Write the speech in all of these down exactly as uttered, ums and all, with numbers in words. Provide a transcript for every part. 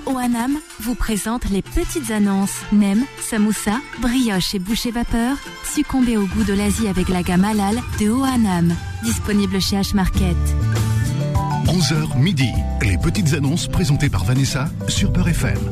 Oanam vous présente les petites annonces. Nem, samoussa, brioche et boucher vapeur. Succombez au goût de l'Asie avec la gamme halal de Oanam. Disponible chez H-Market. onze heures midi, les petites annonces présentées par Vanessa sur Peur F M.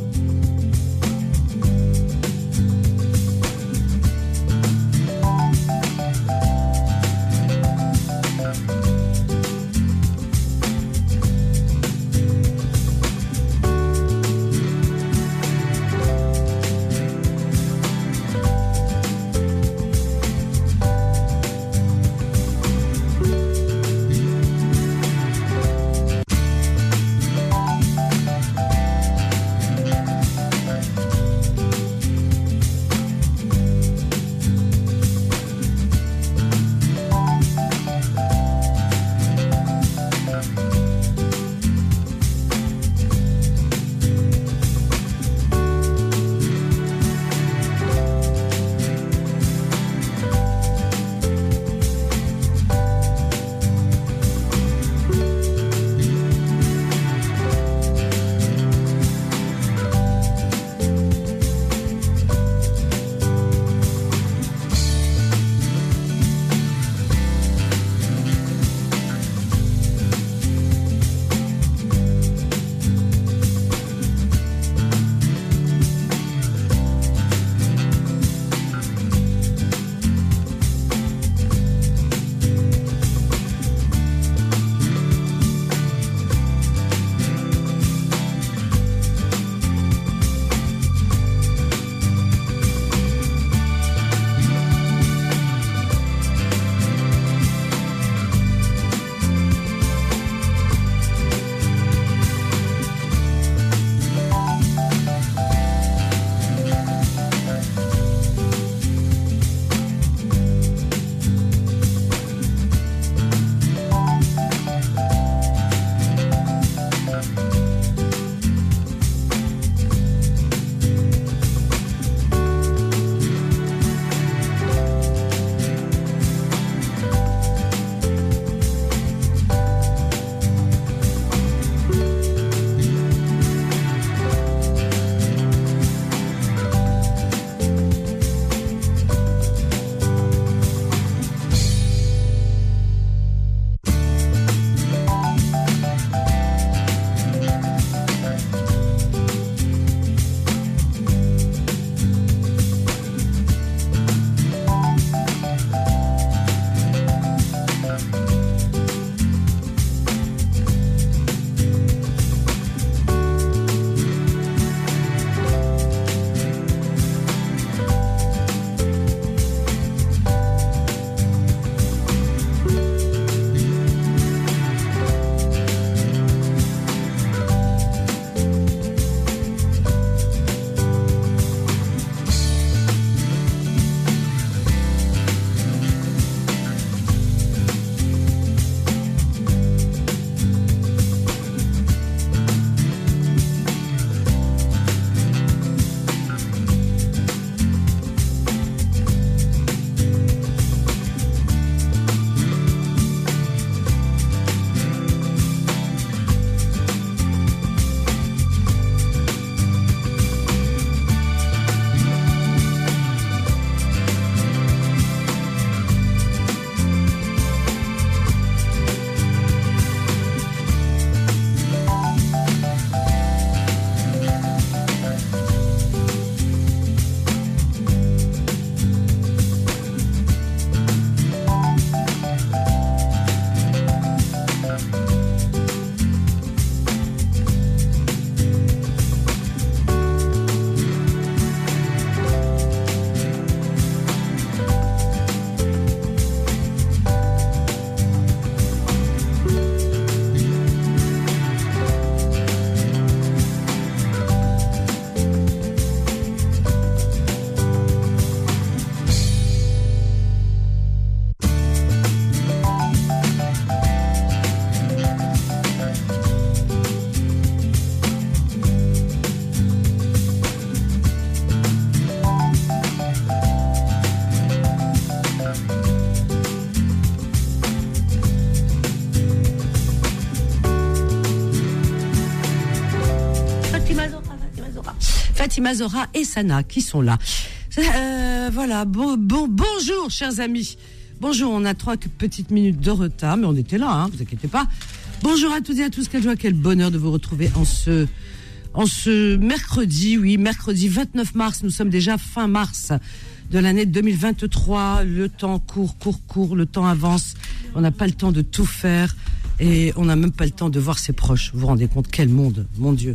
Fatima Zora, Fatima Zora. Fatima Zora et Sana qui sont là. Euh, voilà, bon, bon, bonjour chers amis. Bonjour, on a trois petites minutes de retard, mais on était là, hein, vous inquiétez pas. Bonjour à toutes et à tous, quelle joie, quel bonheur de vous retrouver en ce, en ce mercredi, oui, mercredi vingt-neuf mars, nous sommes déjà fin mars de l'année deux mille vingt-trois, le temps court, court, court, le temps avance, on n'a pas le temps de tout faire et on n'a même pas le temps de voir ses proches, vous vous rendez compte, quel monde, mon Dieu.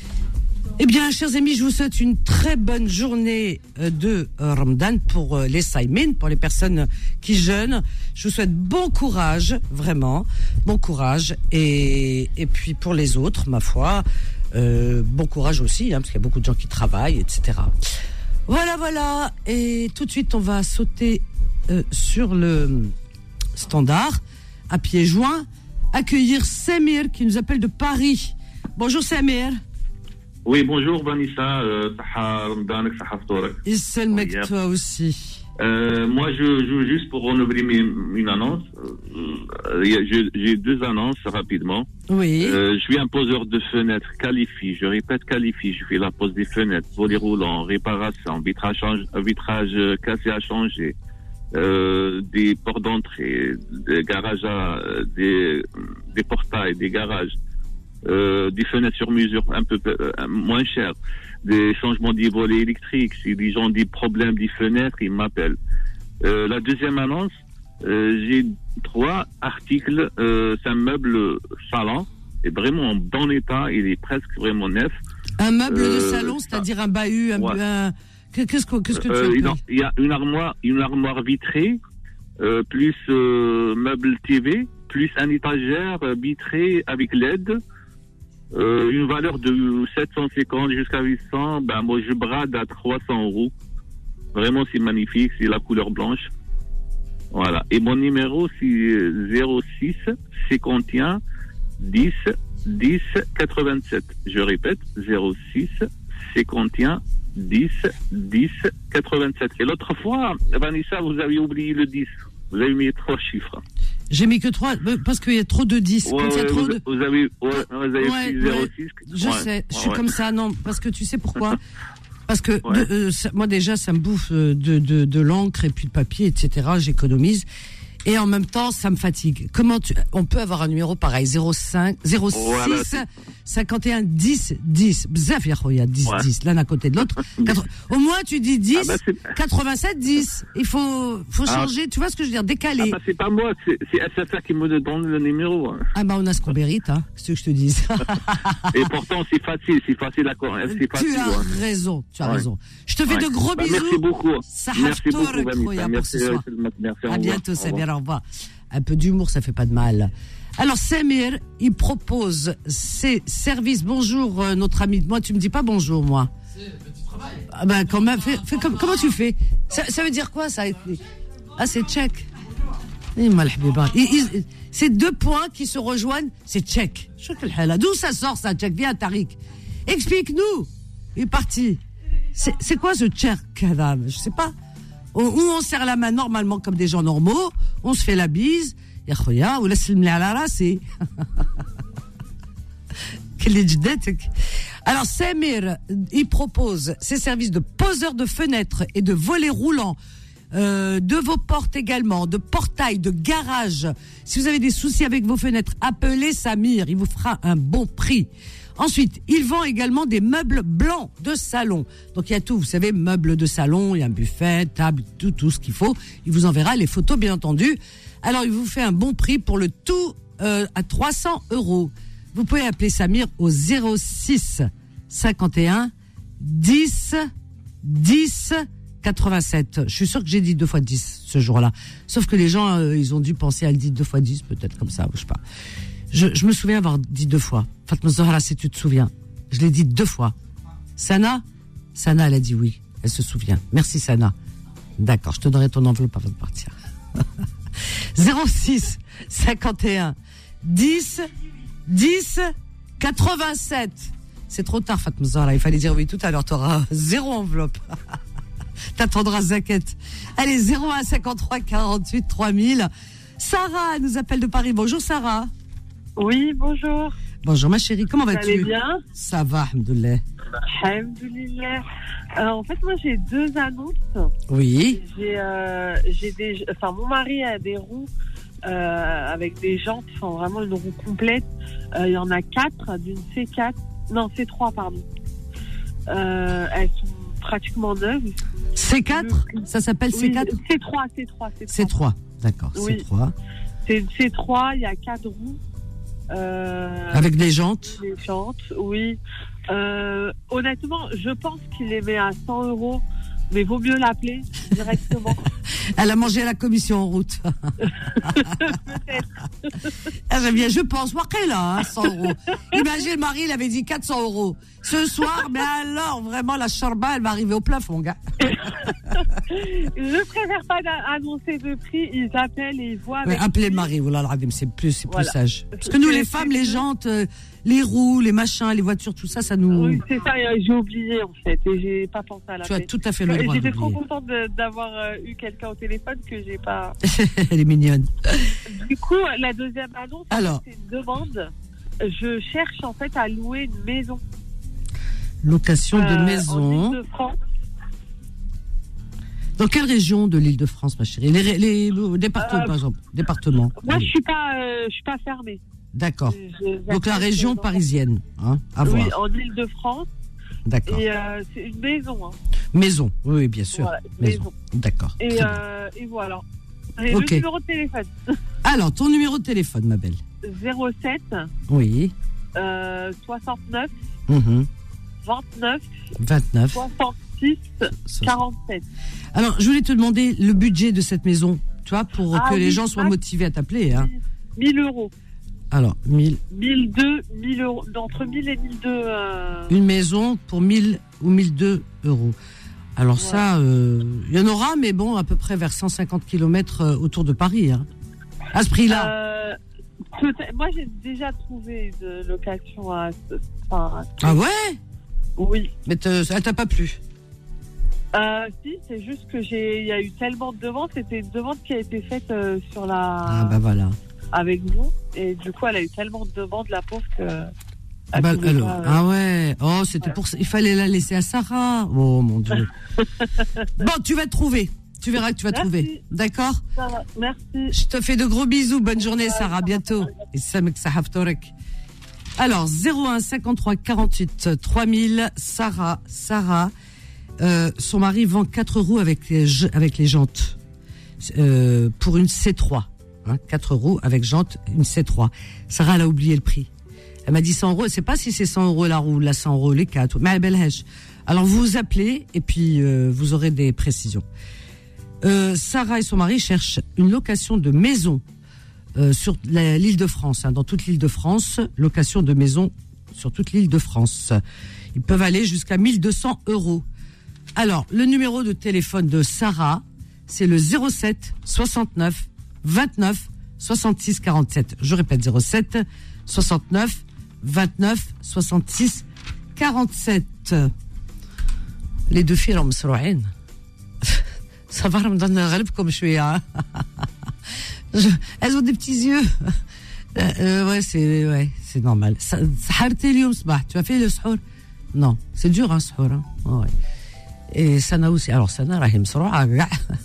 Eh bien, chers amis, je vous souhaite une très bonne journée de Ramadan pour les Saïmines, pour les personnes qui jeûnent. Je vous souhaite bon courage, vraiment, bon courage. Et, et puis pour les autres, ma foi, euh, bon courage aussi, hein, parce qu'il y a beaucoup de gens qui travaillent, et cetera. Voilà, voilà. Et tout de suite, on va sauter euh, sur le standard, à pieds joints, accueillir Samir qui nous appelle de Paris. Bonjour Samir. Oui, bonjour Vanessa, Saha Ramadan, Saha Ftorak. Et c'est le mec, toi aussi. Euh, moi, je joue juste pour renouveler mes, une annonce. Euh, j'ai, j'ai deux annonces rapidement. Oui. Euh, je suis un poseur de fenêtres qualifié. Je répète qualifié. Je fais la pose des fenêtres, volets roulants, réparation, vitrage, vitrage cassé à changer, euh, des portes d'entrée, des garages, à, des, des portails, des garages. Euh, des fenêtres sur mesure un peu euh, moins chères, des changements des volets électriques. Si les gens ont des problèmes des fenêtres, ils m'appellent. Euh, la deuxième annonce, euh, j'ai trois articles. Euh, c'est un meuble salon, est vraiment en bon état, il est presque vraiment neuf. Un meuble euh, de salon, c'est-à-dire un bahut, un, ouais. un qu'est-ce que qu'est-ce que tu euh, veux non, il y a une armoire, une armoire vitrée, euh, plus euh, meuble T V, plus un étagère vitrée avec L E D. Euh, une valeur de sept cent cinquante jusqu'à huit cents, ben moi je brade à trois cents euros. Vraiment c'est magnifique, c'est la couleur blanche. Voilà. Et mon numéro c'est zéro six cinquante et un dix dix quatre-vingt-sept. Je répète, zéro six cinquante et un dix dix quatre-vingt-sept. Et l'autre fois, Vanessa, vous avez oublié le dix. Vous avez mis trois chiffres. J'ai mis que trois, parce qu'il y a trop de dix. Ouais, Quand il y a ouais, trop vous, de... vous avez, ouais, vous avez ouais, fait zéro six. Ouais, je ouais, sais, je ouais, suis ouais. comme ça, non, parce que tu sais pourquoi? Parce que ouais. de, euh, ça, moi déjà, ça me bouffe de, de, de l'encre et puis le papier, et cetera. J'économise. Et en même temps, ça me fatigue. Comment tu, on peut avoir un numéro pareil, zéro cinq, zéro six, voilà, cinquante et un, dix, dix. Bzaf, ya khoya, dix, ouais. dix, l'un à côté de l'autre. Au moins, tu dis dix, ah bah quatre-vingt-sept, dix. Il faut, faut ah. changer, tu vois ce que je veux dire, décaler. Ah bah c'est pas moi, c'est, c'est S F R qui me donne le numéro. Hein. Ah bah on a ce qu'on mérite, hein, c'est ce que je te dis. Et pourtant, c'est facile, c'est facile à c'est facile. Tu as ouais. raison, tu as ouais. raison. Je te fais ouais. de gros bah, bisous. Merci beaucoup. Ça merci beaucoup, Vanessa. Merci, merci, à bientôt, Samir, au revoir. Un peu d'humour, ça fait pas de mal. Alors, Samir, il propose ses services. Bonjour, euh, notre ami. Moi, tu me dis pas bonjour, moi. C'est petit travail. Ah ben, quand même, fais, fais, comme, comment tu fais ça, ça veut dire quoi, ça? Ah, c'est tchèque. C'est deux points qui se rejoignent, c'est tchèque. D'où ça sort, ça, tchèque? Viens, Tariq. Explique-nous. Il est parti. C'est, c'est quoi ce tchèque? Je sais pas. Où on serre la main normalement comme des gens normaux, on se fait la bise, ya khoya, ou laisse le à la race. Alors Samir, il propose ses services de poseur de fenêtres et de volets roulants, euh, de vos portes également, de portails, de garage. Si vous avez des soucis avec vos fenêtres, appelez Samir, il vous fera un bon prix. Ensuite, il vend également des meubles blancs de salon. Donc il y a tout, vous savez, meubles de salon, il y a un buffet, table, tout, tout ce qu'il faut. Il vous enverra les photos, bien entendu. Alors il vous fait un bon prix pour le tout euh, à trois cents euros. Vous pouvez appeler Samir au zéro six cinquante et un dix dix quatre-vingt-sept. Je suis sûre que j'ai dit deux fois dix ce jour-là. Sauf que les gens, euh, ils ont dû penser à le dire deux fois dix, peut-être comme ça, je sais pas. Je, je me souviens avoir dit deux fois. Fatma Zahra, si tu te souviens. Je l'ai dit deux fois. Sana Sana, elle a dit oui. Elle se souvient. Merci, Sana. D'accord, je te donnerai ton enveloppe avant de partir. zéro six cinquante et un dix dix quatre-vingt-sept. C'est trop tard, Fatma Zahra. Il fallait dire oui tout à l'heure. Tu auras zéro enveloppe. T'attendras Zaquette. Allez, zéro un cinquante-trois quarante-huit trois mille. Sarah nous appelle de Paris. Bonjour, Sarah. Oui, bonjour. Bonjour ma chérie, comment Vous vas-tu? allez bien? Ça va, alhamdoulilah. Alhamdoulilah. Alors, en fait, moi, j'ai deux annonces. Oui. J'ai, euh, j'ai des, enfin, mon mari a des roues euh, avec des jantes, enfin, vraiment une roue complète. Euh, Il y en a quatre, d'une C quatre, non, C trois, pardon. Euh, elles sont pratiquement neuves. C quatre, ça s'appelle C quatre? Oui, C trois, C trois, C trois. C trois, d'accord, Oui. C trois. C'est une C trois, il y a quatre roues. Euh, Avec des jantes? Des jantes, oui. Euh, honnêtement, je pense qu'il les met à cent euros, mais vaut mieux l'appeler directement. Elle a mangé la commission en route. Peut-être. Ah, j'aime bien, je pense, Wakela, hein, cent euros. Imagine, le mari, il avait dit quatre cents euros. Ce soir, mais alors, vraiment, la charba, elle va arriver au plafond, gars. Je préfère pas annoncer de prix, ils appellent et ils voient. Ouais, appelez le mari, voilà, c'est plus, c'est plus sage. Parce que nous, les femmes, les jantes, euh, les roues, les machins, les voitures, tout ça, ça nous... Oui, c'est ça, j'ai oublié, en fait, et j'ai pas pensé à la Tu as tout à fait le droit J'étais trop d'oublier. contente de- d'avoir euh, eu quelqu'un au téléphone que j'ai pas... Elle est mignonne. Du coup, la deuxième annonce, Alors. c'est une demande. Je cherche, en fait, à louer une maison. Location de euh, maison. En Île-de-France. Dans quelle région de l'Île-de-France, ma chérie? Les, les, les départements, Euh, par exemple. Département. Moi, je suis pas, euh, je suis pas fermée. D'accord. Je- Donc la j'accepte région dans- parisienne, hein, à Oui, voir. en Île-de-France. D'accord. Et euh, c'est une maison. Hein. Maison, oui, oui, bien sûr. Voilà, une maison. maison. D'accord. Et, Très bien. euh, et voilà. Et Ok. le numéro de téléphone. Alors, ton numéro de téléphone, ma belle. zéro sept Oui. euh, soixante-neuf Mhm. vingt-neuf vingt-neuf. soixante-six quarante-sept. Alors, je voulais te demander le budget de cette maison, tu vois, pour Ah que les oui, gens soient max- motivés à t'appeler. Hein. mille euros. Alors, mille, mille deux, mille euros. Entre mille et mille deux. Euh... une maison pour mille ou mille deux euros. Alors Ouais. ça, euh, il y en aura, mais bon, à peu près vers cent cinquante kilomètres euh, autour de Paris. Hein. À ce prix-là. Euh, peut-être- moi, j'ai déjà trouvé une location à. ce- Enfin, Ah ouais? oui. Mais te- ça t'a pas plu? Euh, si, c'est juste que j'ai, il y a eu tellement de demandes. C'était une demande qui a été faite euh, sur la, Ah bah voilà. avec vous, et du coup, elle a eu tellement de demandes, la pauvre, que. Ah, elle bah, pouvait alors, pas, euh, ah ouais. Oh, c'était voilà. pour ça. Il fallait la laisser à Sarah. Oh mon Dieu. Bon, tu vas trouver. Tu verras que tu vas Merci. trouver. D'accord? Ça va, merci. Je te fais de gros bisous. Bonne journée, Sarah. À bientôt. Et Samek Sahaf Torek. Alors, zéro un cinquante-trois quarante-huit trois mille, Sarah, Sarah, euh, son mari vend quatre roues avec les, j- avec les jantes, euh, pour une C trois, hein, quatre roues avec jantes, une C trois. Sarah, elle a oublié le prix. Elle m'a dit cent euros, elle sait pas si c'est cent euros la roue, la cent euros les quatre, mais elle belhèche. Alors, vous vous appelez, et puis, euh, vous aurez des précisions. Euh, Sarah et son mari cherchent une location de maison euh, sur la- l'île de France, hein, dans toute l'île de France, location de maison sur toute l'île de France. Ils peuvent aller jusqu'à mille deux cents euros. Alors, le numéro de téléphone de Sarah, c'est le zéro sept soixante-neuf vingt-neuf soixante-six quarante-sept. Je répète, zéro sept soixante-neuf vingt-neuf soixante-six quarante-sept. Les deux filles, elles مسروعين. Ça va, Ramadan غلبكم شوية. Je- Elles ont des petits yeux. Euh, euh, ouais, c'est ouais, c'est normal. Ça- سحرتي اليوم صباح. Tu as fait le سحور? Non, c'est dur, hein, سحور. Hein. Ouais. Et Sana aussi. Alors, Sana, راهي مسروعة كاع.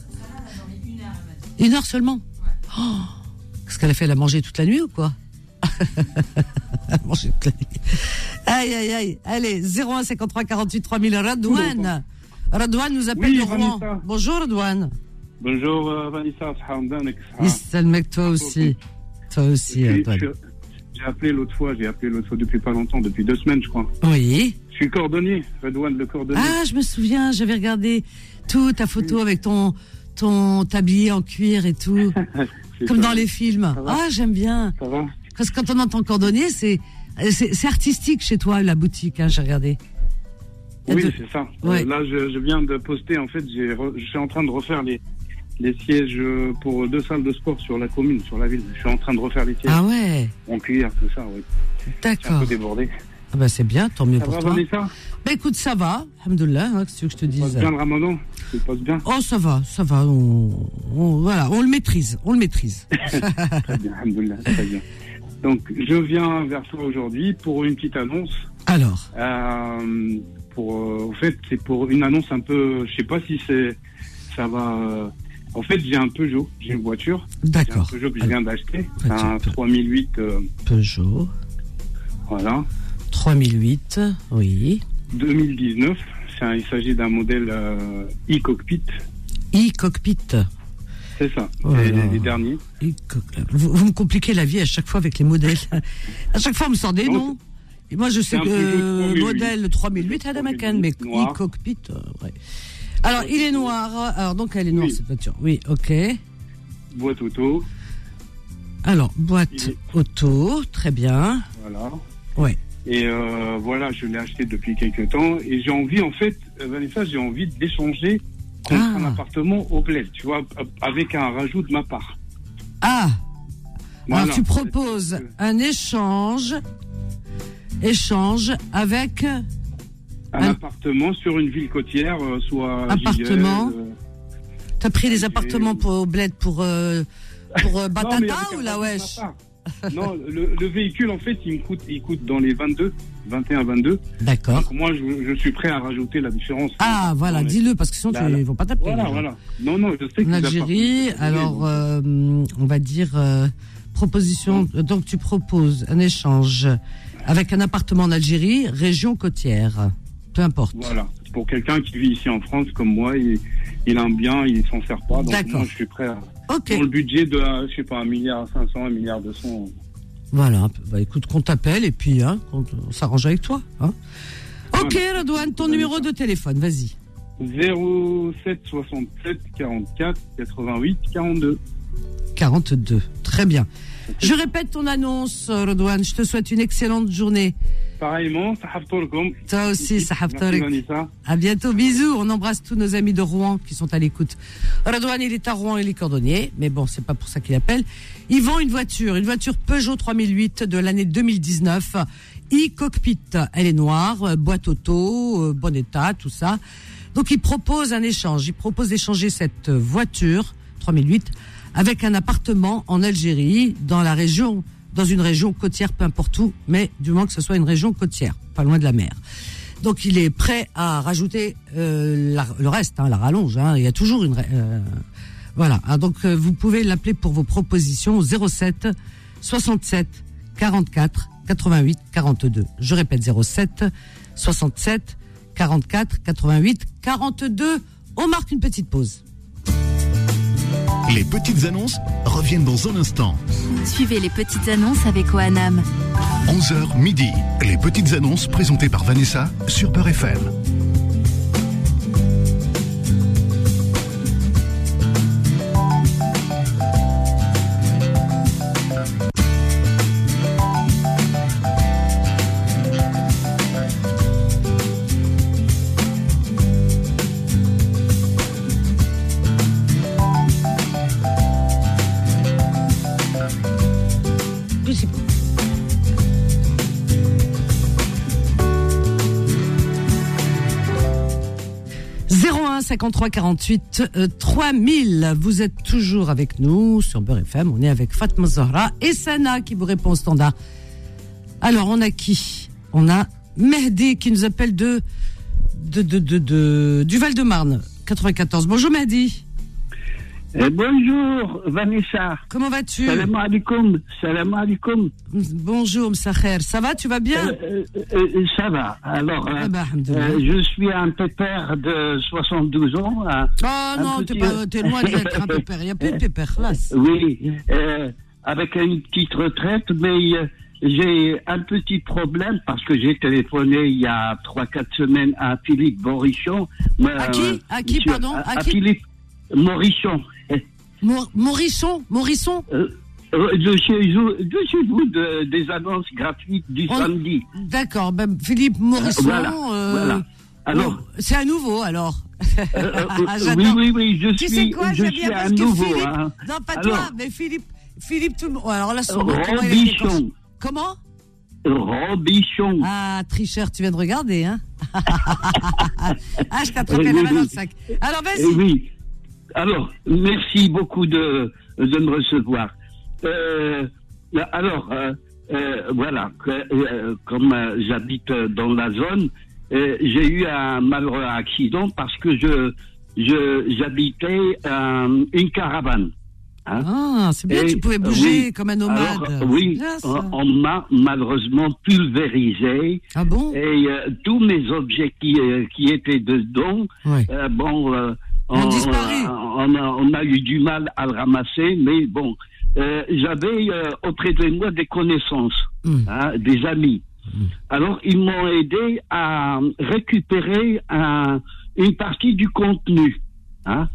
Une heure seulement? Oh, qu'est-ce qu'elle a fait? Elle a mangé toute la nuit ou quoi? Elle a mangé toute la nuit. Aïe, aïe, aïe. Allez, zéro un cinquante-trois quarante-huit trois mille, Radouane. Radouane nous appelle Oui, de Rouen. Vanessa. Bonjour, Radouane. Bonjour euh, Vanessa, Sahamdanek. Issalmek, toi aussi. Toi aussi, Radouane. J'ai appelé l'autre fois, j'ai appelé l'autre fois depuis pas longtemps, depuis deux semaines je crois. Oui. Je suis cordonnier, Redouane le cordonnier. Ah, je me souviens, j'avais regardé toute ta photo avec ton, ton tablier en cuir et tout, C'est comme ça. dans les films. Ça va Ah, j'aime bien. Ça va? Parce que quand on entend cordonnier, c'est, c'est, c'est artistique chez toi, la boutique, hein, j'ai regardé. Il y a Oui, deux- c'est ça. Ouais. Euh, là, je, je viens de poster, en fait, j'ai re- je suis en train de refaire les, les sièges euh, pour deux salles de sport sur la commune, sur la ville. Je suis en train de refaire les sièges Ah ouais, en cuir, tout ça, oui. C'est un d'accord. peu débordé. Ah bah c'est bien, tant mieux Ça pour va, toi. Vanessa? Bah écoute, ça va, alhamdoulilah, hein, qu'est-ce que je te Ça passe dise. bien le ramadan? Ça se passe bien? Oh, ça va, ça va, on, on- voilà, on le maîtrise, on le maîtrise. Très bien, alhamdoulilah, très bien. Donc, je viens vers toi aujourd'hui pour une petite annonce. Alors euh, pour, euh, En fait, c'est pour une annonce un peu... Je sais pas si c'est... Ça va... Euh, en fait, j'ai un Peugeot. J'ai une voiture. D'accord. J'ai un Peugeot que je viens d'acheter. Petit Un peu. trois mille huit. Euh, Peugeot voilà. trois mille huit, oui. deux mille dix-neuf. C'est un- il s'agit d'un modèle euh, e-cockpit. E-cockpit. C'est ça. Oh c'est là là. les, les derniers. E-cock- Vous, vous me compliquez la vie à chaque fois avec les modèles. À chaque fois, on me sort des Non, noms. Et moi, je sais c'est un que Peugeot euh, trois mille huit. modèle trois mille huit, Adam Akan, mais Noir. e-cockpit, euh, ouais. Alors, il est noir. Alors, donc, elle est noire, Oui. cette voiture. Oui, ok. Boîte auto. Alors, boîte Il est- auto, très bien. Voilà. Ouais. Et euh, voilà, je l'ai acheté depuis quelques temps. Et j'ai envie, en fait, euh, Vanessa, j'ai envie d'échanger contre Ah. un appartement au bled, tu vois, avec un rajout de ma part. Ah, Voilà. alors tu proposes un échange, échange avec Un, un- appartement sur une ville côtière, euh, soit Appartement. Giguel, euh, T'as pris les J'ai- appartements pour, au bled pour, euh, pour euh, non, mais Batata avec ou un la rajout de ma wesh? part. Non, le, le véhicule, en fait, il me coûte, il coûte dans les vingt-deux, vingt et un, vingt-deux. D'accord. Donc moi, je, je suis prêt à rajouter la différence. Ah, voilà, Dans les- dis-le, parce que sinon, Là, tu- là. ils vont pas taper. Voilà, les gens. voilà. Non, non, je sais que En les Algérie, appartements- alors, euh, on va dire, euh, proposition, euh, donc tu proposes un échange avec un appartement en Algérie, région côtière, peu importe. Voilà. Pour quelqu'un qui vit ici en France, comme moi, il, il a un bien, il s'en sert pas. Donc D'accord. moi, je suis prêt à... Ok, Dans le budget de, euh, je sais pas, un milliard cinq cents, un milliard deux cents. voilà, bah écoute, qu'on t'appelle et puis hein, qu'on on s'arrange avec toi. Hein. Ok, Voilà. Redouane, ton numéro de téléphone, vas-y. zéro sept soixante-sept quarante-quatre quatre-vingt-huit quarante-deux. quarante-deux, très bien. Je répète ton annonce, Redouane, je te souhaite une excellente journée. Pareillement, sahabtourkoum. Toi aussi, Sahab Merci, Tariq. Vanessa. À bientôt, bisous. On embrasse tous nos amis de Rouen qui sont à l'écoute. Redouane, il est à Rouen, il est cordonnier, mais bon, c'est pas pour ça qu'il appelle. Il vend une voiture, une voiture Peugeot trois mille huit de l'année deux mille dix-neuf, e-cockpit. Elle est noire, euh, boîte auto, euh, bon état, tout ça. Donc, il propose un échange. Il propose d'échanger cette voiture trois mille huit avec un appartement en Algérie, dans la région, dans une région côtière, peu importe où, mais du moins que ce soit une région côtière, pas loin de la mer. Donc il est prêt à rajouter euh, la- le reste, hein, la rallonge. Hein, il y a toujours une... Euh, voilà, hein, donc euh, vous pouvez l'appeler pour vos propositions au zéro sept soixante-sept quarante-quatre quatre-vingt-huit quarante-deux. Je répète, zéro sept soixante-sept quarante-quatre quatre-vingt-huit quarante-deux. On marque une petite pause. Les petites annonces reviennent dans un instant. Suivez les petites annonces avec Oanam. onze heures midi. Les petites annonces présentées par Vanessa sur Peur F M. Je sais pas. zéro un cinquante-trois quarante-huit euh, trois mille. Vous êtes toujours avec nous sur Beurre F M. On est avec Fatma Zahra et Sana qui vous répond au standard. Alors, on a qui? On a Mehdi qui nous appelle de, de, de, de, de du Val-de-Marne, quatre-vingt-quatorze. Bonjour Mehdi. Eh, bonjour Vanessa. Comment vas-tu? Salam alaikum. Salam alaikum. Bonjour Msakher. Ça va? Tu vas bien? Euh, euh, euh, ça va. Alors, Ah euh, bah, alhamdoulilah. euh, je suis un pépère de soixante-douze ans. hein. Oh un non, t'es, petit- pas, t'es loin d'être un pépère. Il n'y a plus de pépère, là. Oui, euh, avec une petite retraite, mais euh, j'ai un petit problème parce que j'ai téléphoné il y a trois quatre semaines à Philippe Morichon. À qui? À qui, monsieur- pardon? À, À à qui? Philippe Morichon. Mor- Morisson? Morisson? Euh, euh, de chez vous, de chez vous de- des annonces gratuites du On- samedi. D'accord, ben, Philippe Morisson. Voilà, euh, voilà. Alors, bon, c'est à nouveau, alors. euh, euh, Ah, oui, j'adore. oui, oui, je Tu suis, sais quoi, je j'aime suis bien à parce que nouveau. Philippe, Hein. non pas Alors, toi, mais Philippe, Philippe tout le monde. Oh, alors là, son nom, comment il a été Robichon. cons- Comment? Robichon. Ah, tricheur, tu viens de regarder, hein? Ah, je t'ai attrapé Oui, la oui, main dans oui. le sac. Alors, Eh vas-y. oui. Alors, merci beaucoup de, de me recevoir. Euh, alors, euh, euh, voilà, que, euh, comme euh, j'habite dans la zone, euh, j'ai eu un malheureux accident parce que je, je j'habitais euh, une caravane. Hein. Ah, c'est bien, et, tu pouvais bouger oui, comme un nomade. Alors, oui, bien, on, on m'a malheureusement pulvérisé. Ah bon? Et euh, tous mes objets qui, euh, qui étaient dedans, ouais. euh, bon, euh, on, on, disparu. on, a, on a eu du mal à le ramasser, mais bon, euh, j'avais euh, auprès de moi des connaissances, mm. hein, des amis. Mm. Alors, ils m'ont aidé à récupérer un, une partie du contenu, hein,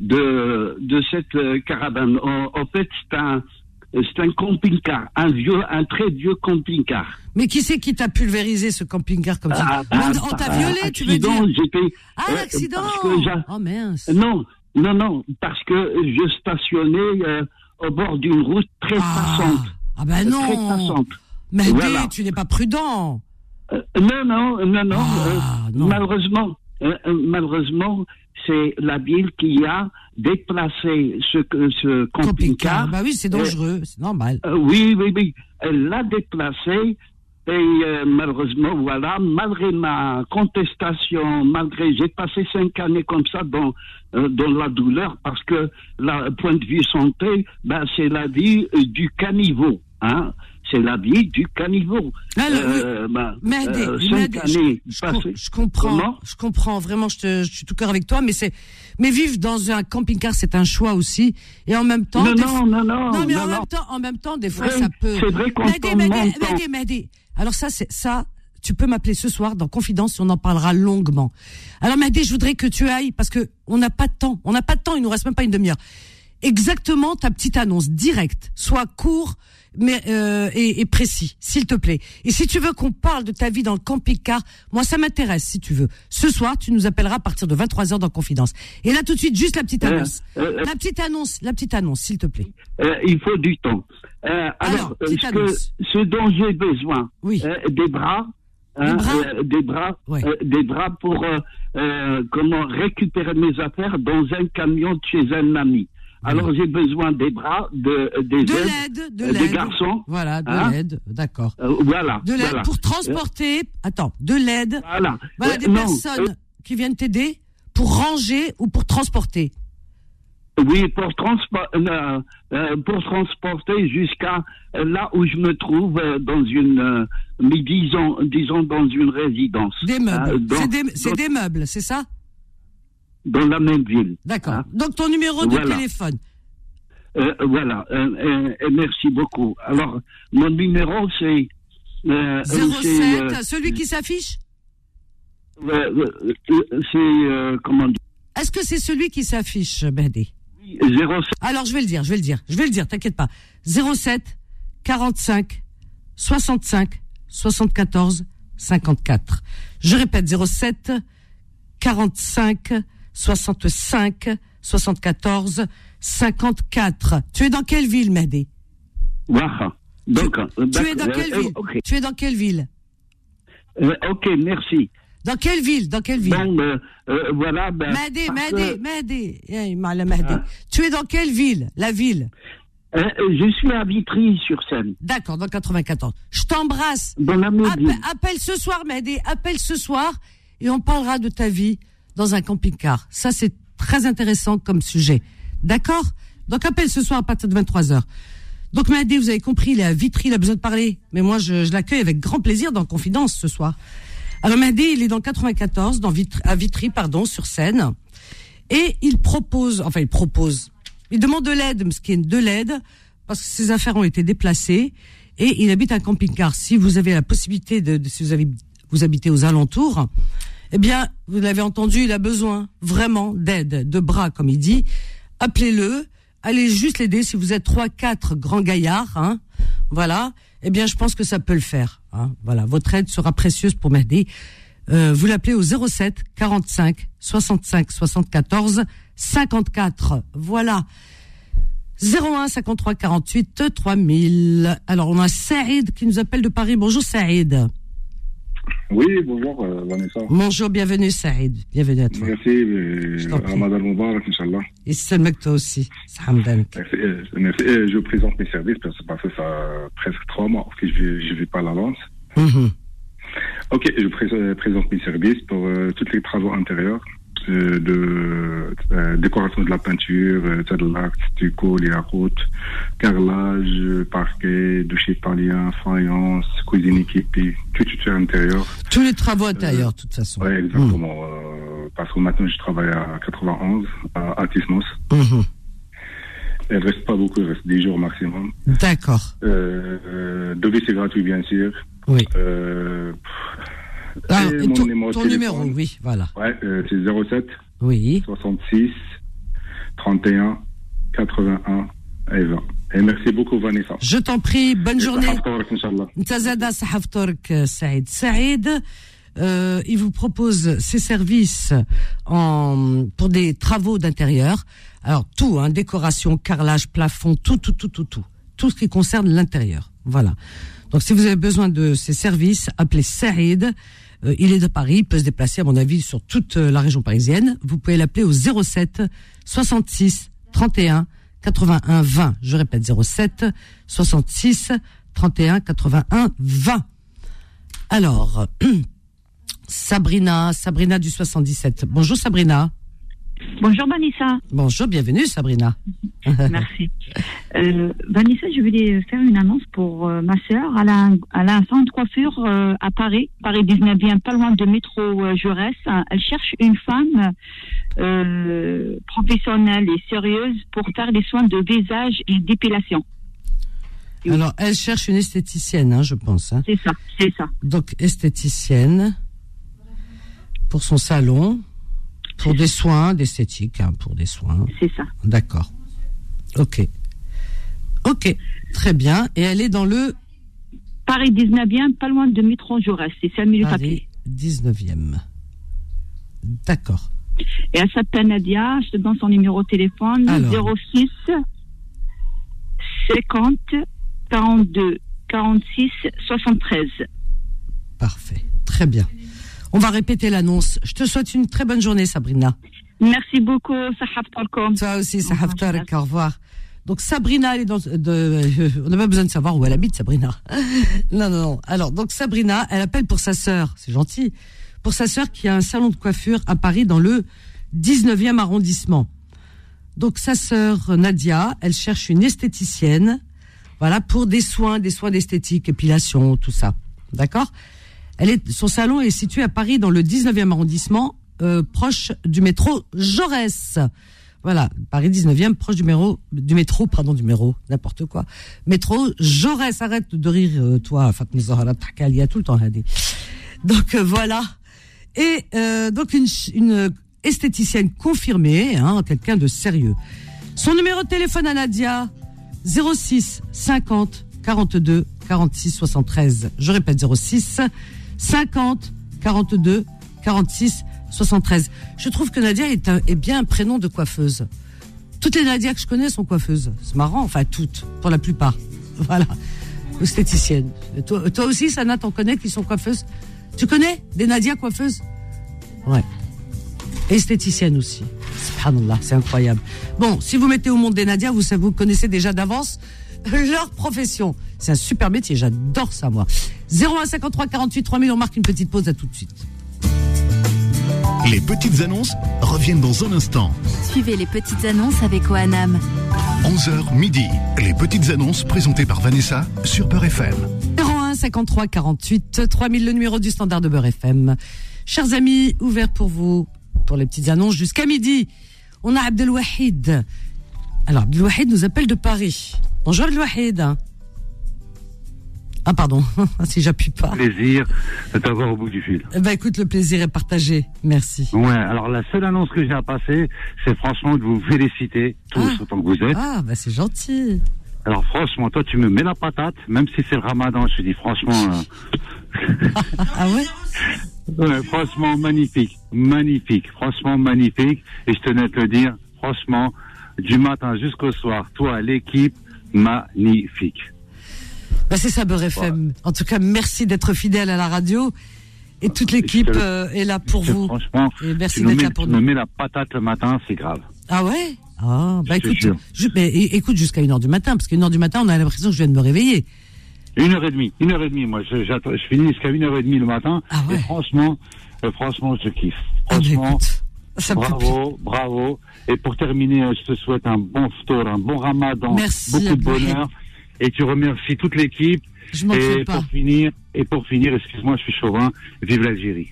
de, de cette euh, caravane. En, en fait, c'est un, c'est un camping-car, un vieux, un très vieux camping-car. Mais qui c'est qui t'a pulvérisé ce camping-car comme ça? ah, On, ah, on t'a ah, violé, accident, tu veux dire? J'étais, ah, euh, l'accident! Oh mince! Non, non, non, parce que je stationnais euh, au bord d'une route très ah. passante. Ah ben non! Très passante. Mais voilà. tu n'es pas prudent! Euh, non, non, non, non. Ah, euh, non. Malheureusement, euh, malheureusement, c'est la ville qui a déplacé ce, ce camping-car. camping-car. Bah oui, c'est dangereux, euh, c'est normal. Euh, oui, oui, oui. Elle l'a déplacé. Et euh, malheureusement, voilà, malgré ma contestation, malgré, j'ai passé cinq années comme ça dans euh, dans la douleur, parce que la point de vue santé, ben c'est la vie euh, du caniveau, hein. C'est la vie du caniveau. Alors, euh, oui. ben, mais Adé, euh, mais cinq Adé, années je, je, passées. je comprends, Comment je comprends vraiment. Je, te, je suis tout cœur avec toi, mais c'est, mais vivre dans un camping-car, c'est un choix aussi, et en même temps, non, non, fois, non, non, non, mais non, en non. même temps, en même temps, des fois, Oui, ça peut. C'est vrai qu'on M'aider, m'aider, m'aider, m'aider. Alors ça, c'est ça. Tu peux m'appeler ce soir dans Confidence, on en parlera longuement. Alors Madé, je voudrais que tu ailles parce que on n'a pas de temps. On n'a pas de temps, il nous reste même pas une demi-heure. Exactement ta petite annonce directe, soit court mais euh, et, et précis, s'il te plaît. Et si tu veux qu'on parle de ta vie dans le camping-car, moi ça m'intéresse si tu veux. Ce soir, tu nous appelleras à partir de vingt-trois heures dans Confidence. Et là tout de suite, juste la petite annonce. Euh, euh, la petite annonce, la petite annonce, s'il te plaît. Euh, il faut du temps. Euh, alors, alors ce, que, ce dont j'ai besoin, oui. euh, des bras. Hein, des bras, euh, des bras, ouais. euh, des bras pour euh, euh, comment récupérer mes affaires dans un camion de chez un ami. Alors j'ai besoin des bras, de des de aides, l'aide, de euh, l'aide, des garçons. Voilà, de hein l'aide, d'accord. Euh, voilà. De l'aide voilà. pour transporter. Euh, attends, de l'aide. Voilà. Voilà euh, des non, personnes euh, qui viennent t'aider pour ranger ou pour transporter. Oui, pour, transpo- euh, euh, pour transporter jusqu'à euh, là où je me trouve euh, dans une, euh, mais disons, disons dans une résidence. Des meubles. Euh, dans, c'est des, c'est dans, des meubles, c'est ça? Dans la même ville. D'accord. Hein. Donc ton numéro de voilà. téléphone. Euh, voilà. Euh, euh, euh, merci beaucoup. Alors mon numéro c'est euh, zéro sept, c'est, euh, celui qui s'affiche? Euh, euh, c'est euh, comment dire? Est-ce que c'est celui qui s'affiche, Mehdi? zéro sept. Alors, je vais le dire, je vais le dire, je vais le dire, t'inquiète pas. zéro sept, quarante-cinq, soixante-cinq, soixante-quatorze, cinquante-quatre. Je répète, zéro sept, quarante-cinq, soixante-cinq, soixante-quatorze, cinquante-quatre. Tu es dans quelle ville, Mehdi? Waha. Donc, tu, tu es dans quelle euh, ville? okay. Tu es dans quelle ville? Euh, ok, merci. Dans quelle ville? Dans quelle ville? Bon, euh, euh, voilà. Ben, Mehdi, Mehdi, que... Mehdi. Eh, Mehdi. Ah. Tu es dans quelle ville? La ville? Euh, je suis à Vitry-sur-Seine. D'accord, dans quatre-vingt-quatorze. Je t'embrasse. Dans la même ville. Appelle, appelle ce soir, Mehdi. Appelle ce soir et on parlera de ta vie dans un camping-car. Ça, c'est très intéressant comme sujet. D'accord? Donc, appelle ce soir à partir de vingt-trois heures. Donc, Mehdi, vous avez compris, il est à Vitry, il a besoin de parler. Mais moi, je, je l'accueille avec grand plaisir dans Confidence ce soir. Alors, Mehdi, il est dans quatre-vingt-quatorze, dans Vitry, à Vitry, pardon, sur Seine. Et il propose, enfin, il propose, il demande de l'aide, Mskin, de l'aide, parce que ses affaires ont été déplacées. Et il habite un camping-car. Si vous avez la possibilité de, de si vous avez, vous habitez aux alentours, eh bien, vous l'avez entendu, il a besoin vraiment d'aide, de bras, comme il dit. Appelez-le. Allez juste l'aider si vous êtes trois, quatre grands gaillards, hein. Voilà. Eh bien, je pense que ça peut le faire, hein. Voilà. Votre aide sera précieuse pour m'aider. Euh, vous l'appelez au zéro sept, quarante-cinq, soixante-cinq, soixante-quatorze, cinquante-quatre. Voilà. zéro un, cinquante-trois, quarante-huit, trois mille. Alors, on a Saïd qui nous appelle de Paris. Bonjour, Saïd. Oui, bonjour, euh, Vanessa. Bonjour, bienvenue, Saïd. Bienvenue à toi. Merci, euh, Ramadan Moubarak, Inch'Allah. Et c'est le mec, toi aussi. Sahamdan. Merci, euh, merci. Et je présente mes services parce que ça fait ça presque trois mois que je ne vais pas à la lance. Mm-hmm. Ok, je pré- présente mes services pour euh, tous les travaux intérieurs, euh, de euh, décoration de la peinture, euh, de l'acte, stucco, les routes, carrelage, parquet, douche italien, faïence, cuisine équipée, tout, tout à l'intérieur. Tous les travaux intérieurs, de euh, toute façon. Oui, exactement. Mm. Euh, parce que maintenant, je travaille à quatre-vingt-onze, à Altismos. Mm-hmm. Il ne reste pas beaucoup, il reste dix jours maximum. D'accord. Euh, euh, devis, c'est gratuit, bien sûr. Oui. Euh, ah, et et mon ton, numéro, ton numéro, oui, voilà. Ouais, euh, c'est zéro sept oui. soixante-six trente et un quatre-vingt-un et vingt. Et merci beaucoup, Vanessa. Je t'en prie, bonne et journée. Inch'Allah. Ntazada Sahaftork, Saïd. Saïd, euh, il vous propose ses services en, pour des travaux d'intérieur. Alors, tout, hein, décoration, carrelage, plafond, tout, tout, tout, tout, tout. Tout ce qui concerne l'intérieur. Voilà. Donc, si vous avez besoin de ces services, appelez Saïd. Euh, il est de Paris, il peut se déplacer, à mon avis, sur toute la région parisienne. Vous pouvez l'appeler au zéro sept soixante-six trente et un quatre-vingt-un vingt. Je répète, zéro sept soixante-six trente et un quatre-vingt-un vingt. Alors, Sabrina, Sabrina du soixante-dix-sept. Bonjour Sabrina. Bonjour Vanessa. Bonjour, bienvenue Sabrina. Merci. Euh, Vanessa, je voulais faire une annonce pour euh, ma sœur. Elle a un, elle a un salon de coiffure euh, à Paris, Paris dix-neuvième, pas loin de métro euh, Jaurès. Elle cherche une femme euh, professionnelle et sérieuse pour faire des soins de visage et d'épilation. Alors, elle cherche une esthéticienne, hein, je pense. Hein. C'est ça, c'est ça. Donc, esthéticienne pour son salon. Pour des soins, d'esthétique, hein, pour des soins. C'est ça. D'accord. Ok. Ok. Très bien. Et elle est dans le... Paris dix-neuvième, pas loin de métro Jaurès. C'est cinq minutes à pied. Paris dix-neuvième. D'accord. Et elle s'appelle Nadia. Je te donne son numéro de téléphone. Alors. zéro six cinquante quarante-deux quarante-six soixante-treize. Parfait. Très bien. On va répéter l'annonce. Je te souhaite une très bonne journée, Sabrina. Merci beaucoup, Sahaftarkom. Toi aussi, Sahaftark, au revoir. Donc, Sabrina, elle est dans, de, euh, on n'a pas besoin de savoir où elle habite, Sabrina. non, non, non. Alors, donc, Sabrina, elle appelle pour sa sœur. C'est gentil. Pour sa sœur qui a un salon de coiffure à Paris dans le dix-neuvième arrondissement. Donc, sa sœur, Nadia, elle cherche une esthéticienne. Voilà, pour des soins, des soins d'esthétique, épilation, tout ça. D'accord? Elle est, son salon est situé à Paris dans le dix-neuvième arrondissement, euh, proche du métro Jaurès. Voilà, Paris dix-neuvième, proche du métro, du métro, pardon, du métro, n'importe quoi. Métro Jaurès, arrête de rire, euh, toi, Fatma Zahra, il y a tout le temps, Hadi. Donc, euh, voilà. Et, euh, donc, une, une esthéticienne confirmée, hein, quelqu'un de sérieux. Son numéro de téléphone à Nadia, zéro six cinquante quarante-deux quarante-six soixante-treize. Je répète, zéro six cinquante quarante-deux quarante-six soixante-treize. Je trouve que Nadia est, un, est bien un prénom de coiffeuse. Toutes les Nadia que je connais sont coiffeuses. C'est marrant, enfin toutes, pour la plupart. Voilà, esthéticienne. Toi, toi aussi, Sana, t'en connais qui sont coiffeuses? Tu connais des Nadia coiffeuses? Ouais. Esthéticienne aussi. Subhanallah, c'est incroyable. Bon, si vous mettez au monde des Nadia, vous, vous connaissez déjà d'avance leur profession. C'est un super métier, j'adore ça, moi. zéro un cinquante-trois quarante-huit trois mille, on marque une petite pause, à tout de suite. Les petites annonces reviennent dans un instant. Suivez les petites annonces avec Oanam. onze heures midi, les petites annonces présentées par Vanessa sur Beurre F M. zéro un cinquante-trois quarante-huit trois mille, le numéro du standard de Beurre F M. Chers amis, ouvert pour vous, pour les petites annonces jusqu'à midi. On a Abdelwahid. Alors, Abdelwahid nous appelle de Paris. Bonjour Abdelwahid. Ah pardon, si j'appuie pas. Plaisir de t'avoir au bout du fil. Eh ben écoute, le plaisir est partagé. Merci. Ouais, alors la seule annonce que j'ai à passer, c'est franchement de vous féliciter tous ah. autant que vous êtes. Ah bah c'est gentil. Alors franchement, toi tu me mets la patate, même si c'est le Ramadan, je te dis franchement. Euh... ah ouais. Ouais, franchement magnifique, magnifique, franchement magnifique. Et je tenais à te le dire, franchement, du matin jusqu'au soir, toi, l'équipe, magnifique. Bah c'est ça, Beurre F M. Ouais. En tout cas, merci d'être fidèle à la radio. Et toute l'équipe te... euh, est là pour vous. Franchement, et merci tu d'être me là mets, pour tu nous. me mets la patate le matin, c'est grave. Ah ouais. Ah bah je écoute, je, mais, écoute jusqu'à une heure du matin, parce qu'à une heure du matin, on a l'impression que je viens de me réveiller. Une heure et demie, une heure et demie. Moi, je, je finis jusqu'à une heure et demie le matin. Ah ouais. Et franchement, euh, franchement, je kiffe. Franchement, ah bah ça bravo, bravo. Et pour terminer, je te souhaite un bon ftour, un bon ramadan, merci, beaucoup de bonheur. Et tu remercies toute l'équipe. Je m'en et pas. pour finir, et pour finir, excuse-moi, je suis chauvin. Vive l'Algérie.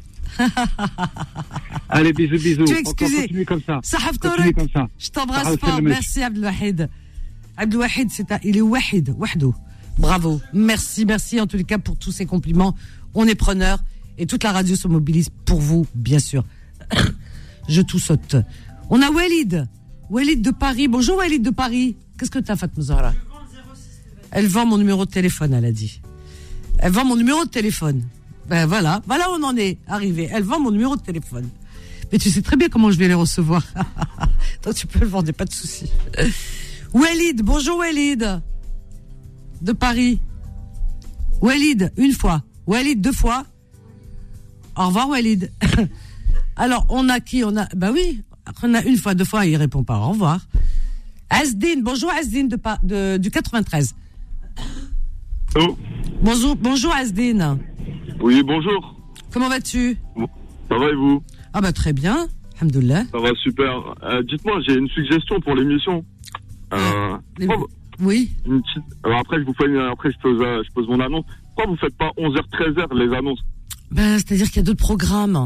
Allez, bisous, bisous. Tu es excusé. On continue comme ça. Continue comme ça. Je t'embrasse pas. Merci, Abdelwahid. Abdelwahid, c'est un, il est wahid, wahdo. Bravo. Merci, merci en tous les cas pour tous ces compliments. On est preneurs et toute la radio se mobilise pour vous, bien sûr. Je tout saute. On a Walid. Walid de Paris. Bonjour, Walid de Paris. Qu'est-ce que t'as, Fatma Zahra? Elle vend mon numéro de téléphone, elle a dit. Elle vend mon numéro de téléphone. Ben voilà, voilà où on en est arrivé. Elle vend mon numéro de téléphone. Mais tu sais très bien comment je vais les recevoir. Toi, tu peux le vendre, pas de souci. Walid, bonjour Walid. De Paris. Walid, une fois. Walid, deux fois. Au revoir Walid. Alors, on a qui? On a, bah oui, on a une fois, deux fois, il répond pas. Au revoir. Asdine, bonjour Asdine de, de, du quatre-vingt-treize. Oh. Bonjour, bonjour Asdine. Oui, bonjour. Comment vas-tu? Ça va et vous? Ah bah très bien, alhamdoulilah. Ça va super. Euh, dites-moi, j'ai une suggestion pour l'émission. Euh, Les... Oui. Une petite... Alors après, je vous fais une... après je pose, euh, je pose mon annonce. Pourquoi vous faites pas onze heures treize heures les annonces? Ben, c'est-à-dire qu'il y a d'autres programmes.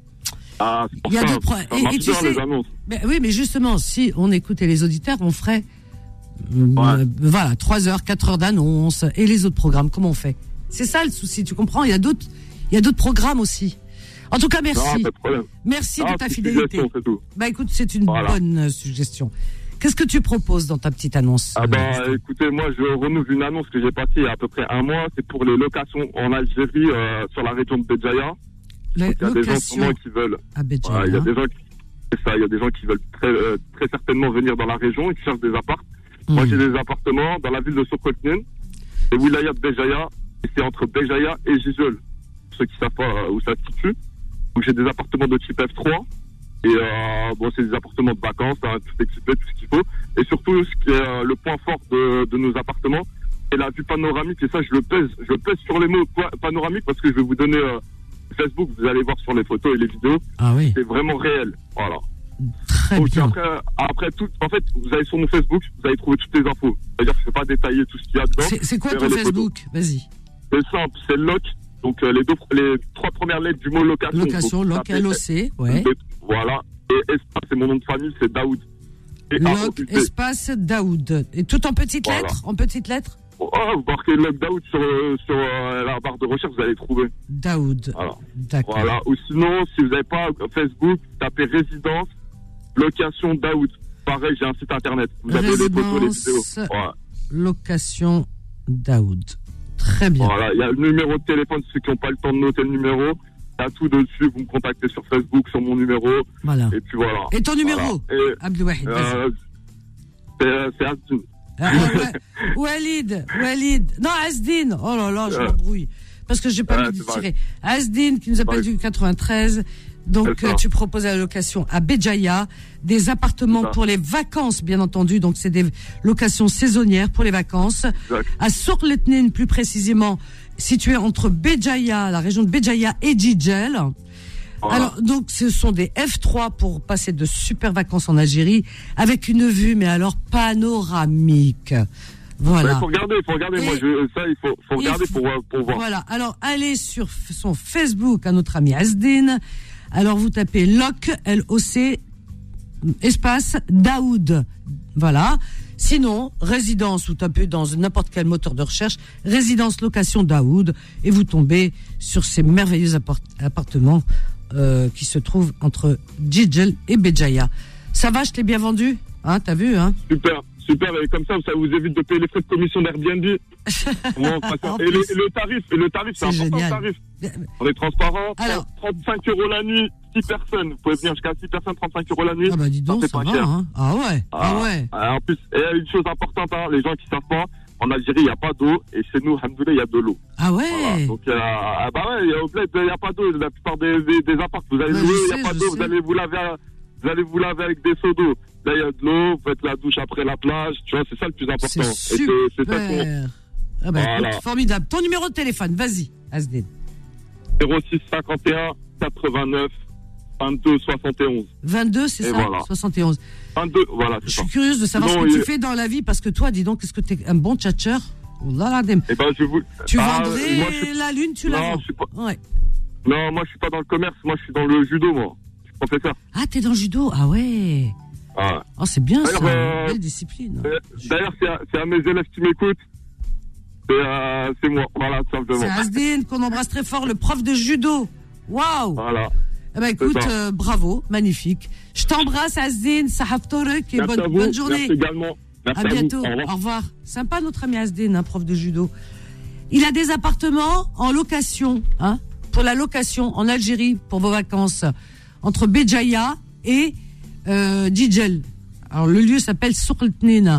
Ah, c'est pour Il y a ça. d'autres pro... et, et tu sais, les annonces. Ben, oui, mais justement, si on écoutait les auditeurs, on ferait ouais. euh, voilà, trois heures, quatre heures d'annonces et les autres programmes, comment on fait? C'est ça le souci, tu comprends? Il y a d'autres il y a d'autres programmes aussi. En tout cas, merci. Non, pas de problème. Merci ah, de ta fidélité. C'est tout. Bah écoute, c'est une voilà. bonne suggestion. Qu'est-ce que tu proposes dans ta petite annonce? Ah bah écoutez, moi je renouvelle une annonce que j'ai passée il y a à peu près un mois. C'est pour les locations en Algérie euh, sur la région de Béjaïa. Les il y a des gens sûrement qui veulent. À Béjaïa. Voilà, il y a des gens qui c'est ça. Il y a des gens qui veulent très, euh, très certainement venir dans la région et qui cherchent des apparts. Mmh. Moi j'ai des appartements dans la ville de Sokotnen, c'est Wilaya de Béjaïa et c'est entre Béjaïa et Gijol. Pour ceux qui savent pas où ça se situe. Donc j'ai des appartements de type F trois. Et euh, bon, c'est des appartements de vacances, hein, tout équipé, tout ce qu'il faut. Et surtout, ce qui est euh, le point fort de, de nos appartements, c'est la vue panoramique. Et ça, je le pèse, je le pèse sur les mots panoramique parce que je vais vous donner euh, Facebook. Vous allez voir sur les photos et les vidéos. Ah oui. C'est vraiment réel. Voilà. Très Donc, bien. Après, après tout, en fait, vous allez sur mon Facebook, vous allez trouver toutes les infos. C'est-à-dire que je ne vais pas détailler tout ce qu'il y a dedans. C'est, c'est quoi ton Facebook? Vas-y. C'est simple, c'est Loc. Donc euh, les deux, les trois premières lettres du mot location. Location, Loc, L O C, ouais. Voilà. Et espace, c'est mon nom de famille, c'est Daoud. Loc, espace, Daoud. Et tout en petites voilà. lettres, en petites lettres. Oh, vous marquez Loc Daoud sur, sur euh, la barre de recherche, vous allez trouver. Daoud. Voilà. D'accord. Voilà. Ou sinon, si vous n'avez pas Facebook, tapez résidence, location Daoud. Pareil, j'ai un site internet. Vous avez résidence, les photos, les vidéos. Voilà. Location Daoud. Très bien. Voilà, il y a le numéro de téléphone, ceux qui n'ont pas le temps de noter le numéro. Il y a tout dessus, vous me contactez sur Facebook, sur mon numéro. Voilà. Et puis voilà. Et ton numéro voilà. Abdelwahid, euh, c'est, c'est Asdine. Ah, ouais. Walid, Walid. Non, Asdine. Oh là là, je euh, m'embrouille. Parce que j'ai pas ouais, envie de tirer. Asdine, qui nous appelle du quatre-vingt-treize. Donc, euh, tu proposes la location à Béjaïa, des appartements pour les vacances, bien entendu. Donc, c'est des locations saisonnières pour les vacances. Exact. À Sourletnen, plus précisément, situé entre Béjaïa, la région de Béjaïa et Gijel. Voilà. Alors, donc, ce sont des F trois pour passer de super vacances en Algérie, avec une vue, mais alors panoramique. Voilà. Il faut regarder, il faut regarder. Et moi, je, ça, il faut, faut regarder faut, pour, pour voir. Voilà. Alors, allez sur son Facebook à notre ami Asdine. Alors, vous tapez Loc, L O C, espace, Daoud. Voilà. Sinon, résidence, vous tapez dans n'importe quel moteur de recherche, résidence, location, Daoud, et vous tombez sur ces merveilleux appart- appartements euh, qui se trouvent entre Gijel et Béjaïa. Ça va, je t'ai bien vendu? Hein, t'as vu, hein? Super. Super, et comme ça, ça vous évite de payer les frais de commission d'Airbnb. Bon, et, le, et le tarif, et le tarif, c'est, c'est important le tarif. On est transparent. Alors, trente-cinq euros la nuit, six personnes. Vous pouvez venir jusqu'à six personnes, trente-cinq euros la nuit. Ah bah dis donc, ça, ça va, hein. Ah ouais. Ah, ah ouais. Ah, en plus, et une chose importante, hein, les gens qui savent pas, en Algérie, il n'y a pas d'eau. Et chez nous, alhamdoulilah, il y a de l'eau. Ah ouais voilà. Donc, euh, ah bah ouais, au bled, il n'y a pas d'eau. La plupart des, des, des apparts, vous allez ouais, louer, il n'y a sais, pas d'eau. Vous allez vous laver, à, vous allez vous laver avec des seaux d'eau. Là, il y a de l'eau, vous faites la douche après la plage. Tu vois, c'est ça le plus important. C'est et super. c'est, c'est ça qu'on... Ah bah, voilà. écoute, formidable. Ton numéro de téléphone, vas-y, Asdin. zéro six cinquante et un quatre-vingt-neuf vingt-deux soixante et onze. vingt-deux, c'est et ça voilà. soixante et onze. vingt-deux, voilà, c'est Je ça. suis curieuse de savoir non, ce que il... tu fais dans la vie, parce que toi, dis donc, est-ce que tu es un bon tchatcheur? Oh là là, dem. Eh ben, je vous... Tu ah, vendrais moi, je suis... la lune, tu la non, vends. je suis pas... Ouais. Non, moi, je suis pas dans le commerce, moi, je suis dans le judo, moi. Je suis professeur. Ah, t'es dans le judo? Ah ouais. Ah, oh, c'est bien d'ailleurs, ça, euh... belle discipline. Euh, d'ailleurs, c'est à, c'est à mes élèves qui m'écoutent. C'est, euh, c'est moi, voilà, tout simplement. C'est Asdin qu'on embrasse très fort, le prof de judo. Waouh. Voilà. Eh ben écoute, euh, bravo, magnifique. Je t'embrasse, Asdin, Sahaf Torek, et bonne, bonne journée. Merci également. Merci à bientôt. À vous. Au revoir. Au revoir. Sympa notre ami Asdin, un prof de judo. Il a des appartements en location, hein, pour la location en Algérie pour vos vacances, entre Béjaïa et euh, Djidjel. Alors le lieu s'appelle Soukhltnina.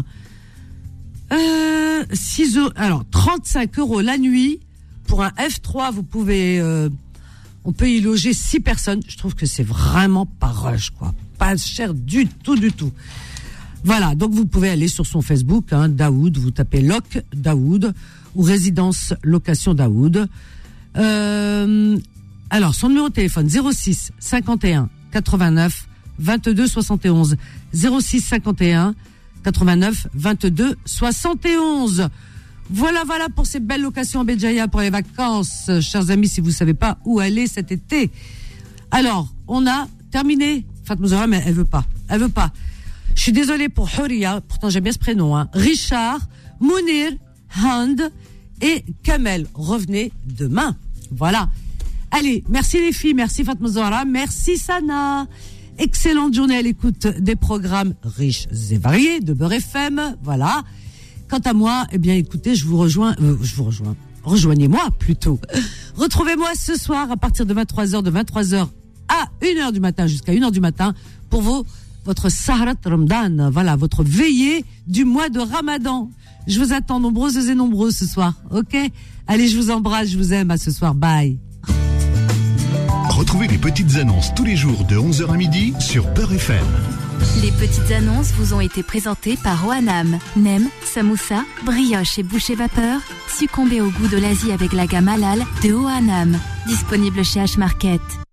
Euh, six euros, alors trente-cinq euros la nuit pour un F trois. Vous pouvez, euh, on peut y loger six personnes. Je trouve que c'est vraiment pas rush, quoi, pas cher du tout, du tout. Voilà, donc vous pouvez aller sur son Facebook, hein, Daoud, vous tapez Loc Daoud ou Résidence Location Daoud. Euh, alors son numéro de téléphone zéro six cinquante et un quatre-vingt-neuf vingt-deux soixante et onze zéro six cinquante et un quatre-vingt-neuf vingt-deux soixante et onze. Voilà, voilà pour ces belles locations en Béjaïa pour les vacances, chers amis, si vous savez pas où aller cet été. Alors, on a terminé. Fatma Zahra, mais elle veut pas. Elle veut pas. Je suis désolée pour Horia, pourtant j'aime bien ce prénom, hein. Richard, Mounir, Hand et Kamel. Revenez demain. Voilà. Allez, merci les filles, merci Fatma Zahra, merci Sana. Excellente journée à l'écoute des programmes riches et variés de Beurre F M. Voilà. Quant à moi, eh bien, écoutez, je vous rejoins, euh, je vous rejoins. Rejoignez-moi plutôt. Retrouvez-moi ce soir à partir de vingt-trois heures, de vingt-trois heures à une heure du matin jusqu'à une heure du matin pour vos, votre Sahrat Ramadan. Voilà, votre veillée du mois de Ramadan. Je vous attends nombreuses et nombreux ce soir. Ok? Allez, je vous embrasse, je vous aime. À ce soir. Bye. Retrouvez les petites annonces tous les jours de onze heures à midi sur Beurre F M. Les petites annonces vous ont été présentées par Oanam. Nem, samoussa, brioche et boucher vapeur. Succombez au goût de l'Asie avec la gamme halal de Oanam. Disponible chez H-Market.